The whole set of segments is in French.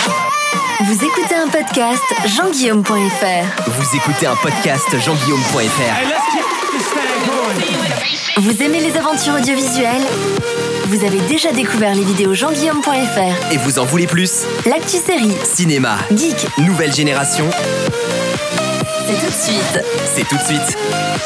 Vous écoutez un podcast jeanguillaume.fr. Vous écoutez un podcast jeanguillaume.fr. Vous aimez les aventures audiovisuelles ? Vous avez déjà découvert les vidéos jeanguillaume.fr. Et vous en voulez plus ? L'actu série, Cinéma, geek, nouvelle génération, c'est tout de suite. c'est tout de suite.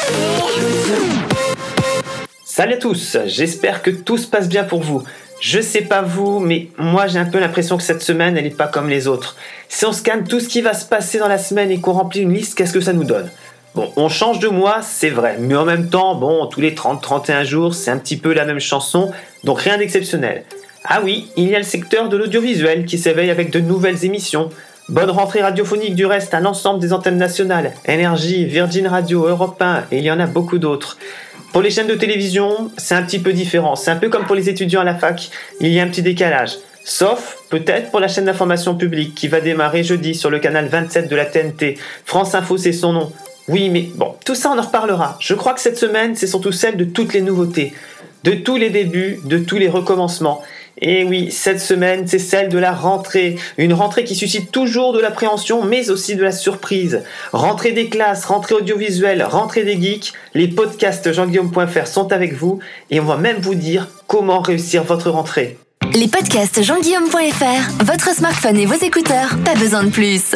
Salut à tous, j'espère que tout se passe bien pour vous. Je sais pas vous, mais moi j'ai un peu l'impression que cette semaine elle est pas comme les autres. Si on scanne tout ce qui va se passer dans la semaine et qu'on remplit une liste, qu'est-ce que ça nous donne ? Bon, on change de mois, c'est vrai, mais en même temps, bon, tous les 30-31 jours, c'est un petit peu la même chanson, donc rien d'exceptionnel. Ah oui, il y a le secteur de l'audiovisuel qui s'éveille avec de nouvelles émissions. Bonne rentrée radiophonique du reste à l'ensemble des antennes nationales, Énergie, Virgin Radio, Europe 1, et il y en a beaucoup d'autres. Pour les chaînes de télévision, c'est un petit peu différent. C'est un peu comme pour les étudiants à la fac, il y a un petit décalage. Sauf, peut-être, pour la chaîne d'information publique qui va démarrer jeudi sur le canal 27 de la TNT. France Info, c'est son nom. Oui, mais bon, tout ça on en reparlera. Je crois que cette semaine, c'est surtout celle de toutes les nouveautés, de tous les débuts, de tous les recommencements. Et oui, cette semaine, c'est celle de la rentrée. Une rentrée qui suscite toujours de l'appréhension, mais aussi de la surprise. Rentrée des classes, rentrée audiovisuelle, rentrée des geeks. Les podcasts jeanguillaume.fr sont avec vous et on va même vous dire comment réussir votre rentrée. Les podcasts jeanguillaume.fr, votre smartphone et vos écouteurs, pas besoin de plus.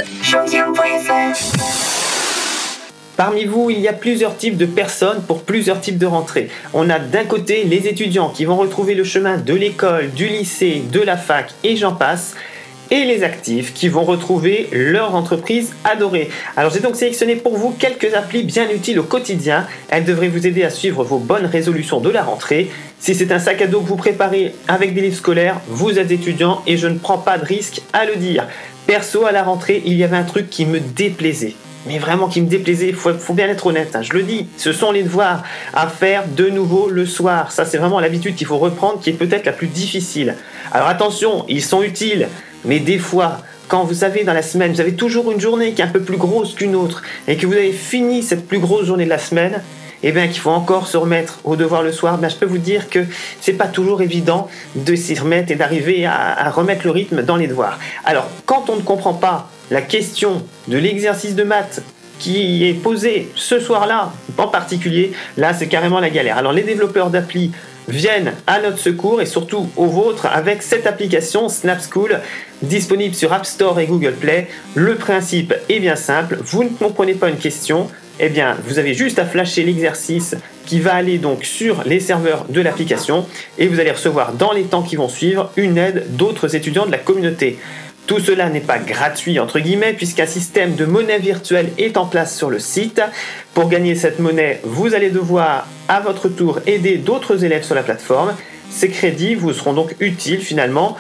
Parmi vous, il y a plusieurs types de personnes pour plusieurs types de rentrées. On a d'un côté les étudiants qui vont retrouver le chemin de l'école, du lycée, de la fac et j'en passe. Et les actifs qui vont retrouver leur entreprise adorée. Alors j'ai donc sélectionné pour vous quelques applis bien utiles au quotidien. Elles devraient vous aider à suivre vos bonnes résolutions de la rentrée. Si c'est un sac à dos que vous préparez avec des livres scolaires, vous êtes étudiant et je ne prends pas de risque à le dire. Perso, à la rentrée, il y avait un truc qui me déplaisait. Mais vraiment qui me déplaisait, faut bien être honnête, je le dis, ce sont les devoirs à faire de nouveau le soir. Ça c'est vraiment l'habitude qu'il faut reprendre, qui est peut-être la plus difficile. Alors attention, ils sont utiles, mais des fois, quand vous savez dans la semaine, vous avez toujours une journée qui est un peu plus grosse qu'une autre, et que vous avez fini cette plus grosse journée de la semaine, et bien qu'il faut encore se remettre au devoir le soir, je peux vous dire que c'est pas toujours évident de s'y remettre et d'arriver à remettre le rythme dans les devoirs. Alors, quand on ne comprend pas la question de l'exercice de maths qui est posé ce soir-là, en particulier, là c'est carrément la galère. Alors les développeurs d'appli viennent à notre secours et surtout au vôtre avec cette application Snap School disponible sur App Store et Google Play. Le principe est bien simple, vous ne comprenez pas une question, eh bien vous avez juste à flasher l'exercice qui va aller donc sur les serveurs de l'application et vous allez recevoir dans les temps qui vont suivre une aide d'autres étudiants de la communauté. Tout cela n'est pas gratuit entre guillemets puisqu'un système de monnaie virtuelle est en place sur le site. Pour gagner cette monnaie, vous allez devoir à votre tour aider d'autres élèves sur la plateforme. Ces crédits vous seront donc utiles finalement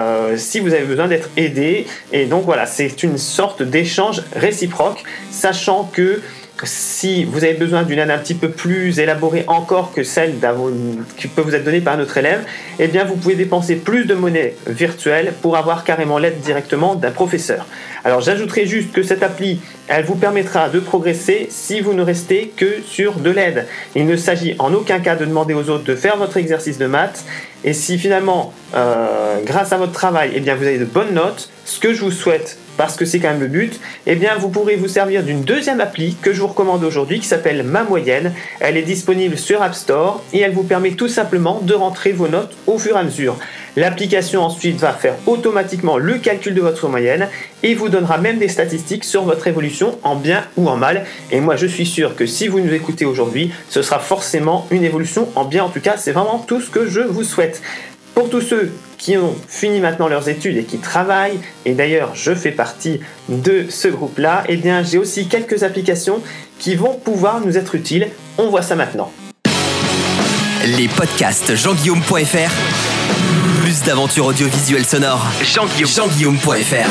si vous avez besoin d'être aidé. Et donc voilà, c'est une sorte d'échange réciproque, sachant que si vous avez besoin d'une aide un petit peu plus élaborée encore que celle qui peut vous être donnée par un autre élève, eh bien vous pouvez dépenser plus de monnaie virtuelle pour avoir carrément l'aide directement d'un professeur. Alors j'ajouterai juste que cette appli, elle vous permettra de progresser si vous ne restez que sur de l'aide. Il ne s'agit en aucun cas de demander aux autres de faire votre exercice de maths. Et si finalement, grâce à votre travail, eh bien vous avez de bonnes notes, ce que je vous souhaite, parce que c'est quand même le but, eh bien vous pourrez vous servir d'une deuxième appli que je vous recommande aujourd'hui qui s'appelle Ma Moyenne. Elle est disponible sur App Store et elle vous permet tout simplement de rentrer vos notes au fur et à mesure. L'application ensuite va faire automatiquement le calcul de votre moyenne et vous donnera même des statistiques sur votre évolution en bien ou en mal. Et moi je suis sûr que si vous nous écoutez aujourd'hui, ce sera forcément une évolution en bien. En tout cas, c'est vraiment tout ce que je vous souhaite. Pour tous ceux qui ont fini maintenant leurs études et qui travaillent, et d'ailleurs je fais partie de ce groupe-là, eh bien j'ai aussi quelques applications qui vont pouvoir nous être utiles. On voit ça maintenant. Les podcasts jeanguillaume.fr. Plus d'aventures audiovisuelles sonores. jeanguillaume.fr.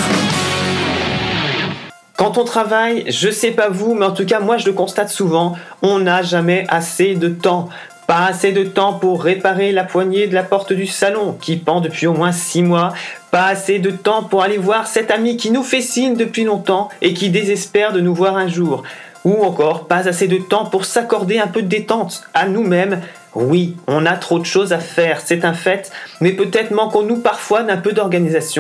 Quand on travaille, je sais pas vous, mais en tout cas moi je le constate souvent, on n'a jamais assez de temps. Pas assez de temps pour réparer la poignée de la porte du salon qui pend depuis au moins 6 mois. Pas assez de temps pour aller voir cet ami qui nous fait signe depuis longtemps et qui désespère de nous voir un jour. Ou encore, pas assez de temps pour s'accorder un peu de détente à nous-mêmes. Oui, on a trop de choses à faire, c'est un fait, mais peut-être manquons-nous parfois d'un peu d'organisation.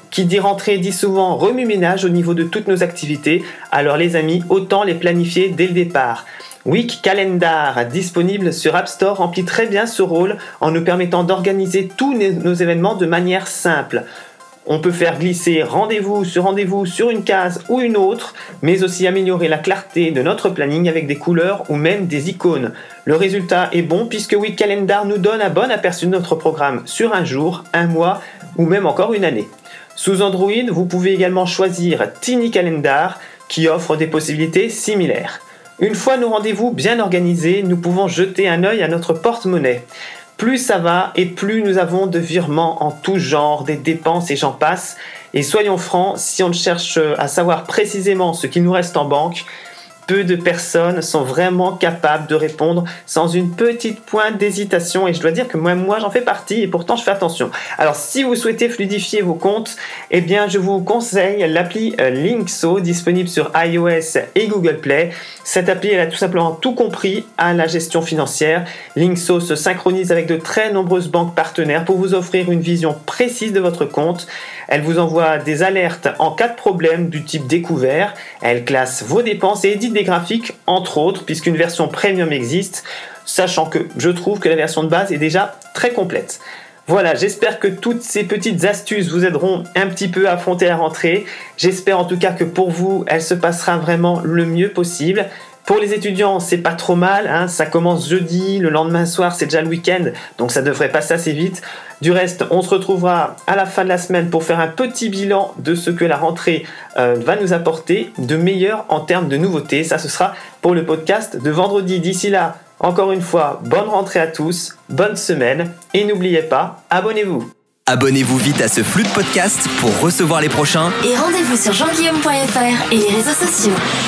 Qui dit rentrée dit souvent remue-ménage au niveau de toutes nos activités. Alors les amis, autant les planifier dès le départ. Week Calendar, disponible sur App Store, remplit très bien ce rôle en nous permettant d'organiser tous nos événements de manière simple. On peut faire glisser rendez-vous sur une case ou une autre, mais aussi améliorer la clarté de notre planning avec des couleurs ou même des icônes. Le résultat est bon puisque Week Calendar nous donne un bon aperçu de notre programme sur un jour, un mois ou même encore une année. Sous Android, vous pouvez également choisir Tiny Calendar qui offre des possibilités similaires. Une fois nos rendez-vous bien organisés, nous pouvons jeter un œil à notre porte-monnaie. Plus ça va et plus nous avons de virements en tout genre, des dépenses et j'en passe. Et soyons francs, si on cherche à savoir précisément ce qui nous reste en banque, peu de personnes sont vraiment capables de répondre sans une petite pointe d'hésitation et je dois dire que moi j'en fais partie et pourtant je fais attention. Alors si vous souhaitez fluidifier vos comptes, eh bien je vous conseille l'appli Linkso disponible sur iOS et Google Play. Cette appli elle a tout simplement tout compris à la gestion financière. Linkso se synchronise avec de très nombreuses banques partenaires pour vous offrir une vision précise de votre compte. Elle vous envoie des alertes en cas de problème du type découvert. Elle classe vos dépenses et édite des graphiques, entre autres, puisqu'une version premium existe, sachant que je trouve que la version de base est déjà très complète. Voilà, j'espère que toutes ces petites astuces vous aideront un petit peu à affronter la rentrée. J'espère en tout cas que pour vous, elle se passera vraiment le mieux possible. Pour les étudiants, c'est pas trop mal, hein, ça commence jeudi, le lendemain soir c'est déjà le week-end, donc ça devrait passer assez vite. Du reste, on se retrouvera à la fin de la semaine pour faire un petit bilan de ce que la rentrée va nous apporter de meilleur en termes de nouveautés. Ça, ce sera pour le podcast de vendredi. D'ici là, encore une fois, bonne rentrée à tous, bonne semaine, et n'oubliez pas, abonnez-vous. Abonnez-vous vite à ce flux de podcast pour recevoir les prochains. Et rendez-vous sur jeanguillaume.fr et les réseaux sociaux.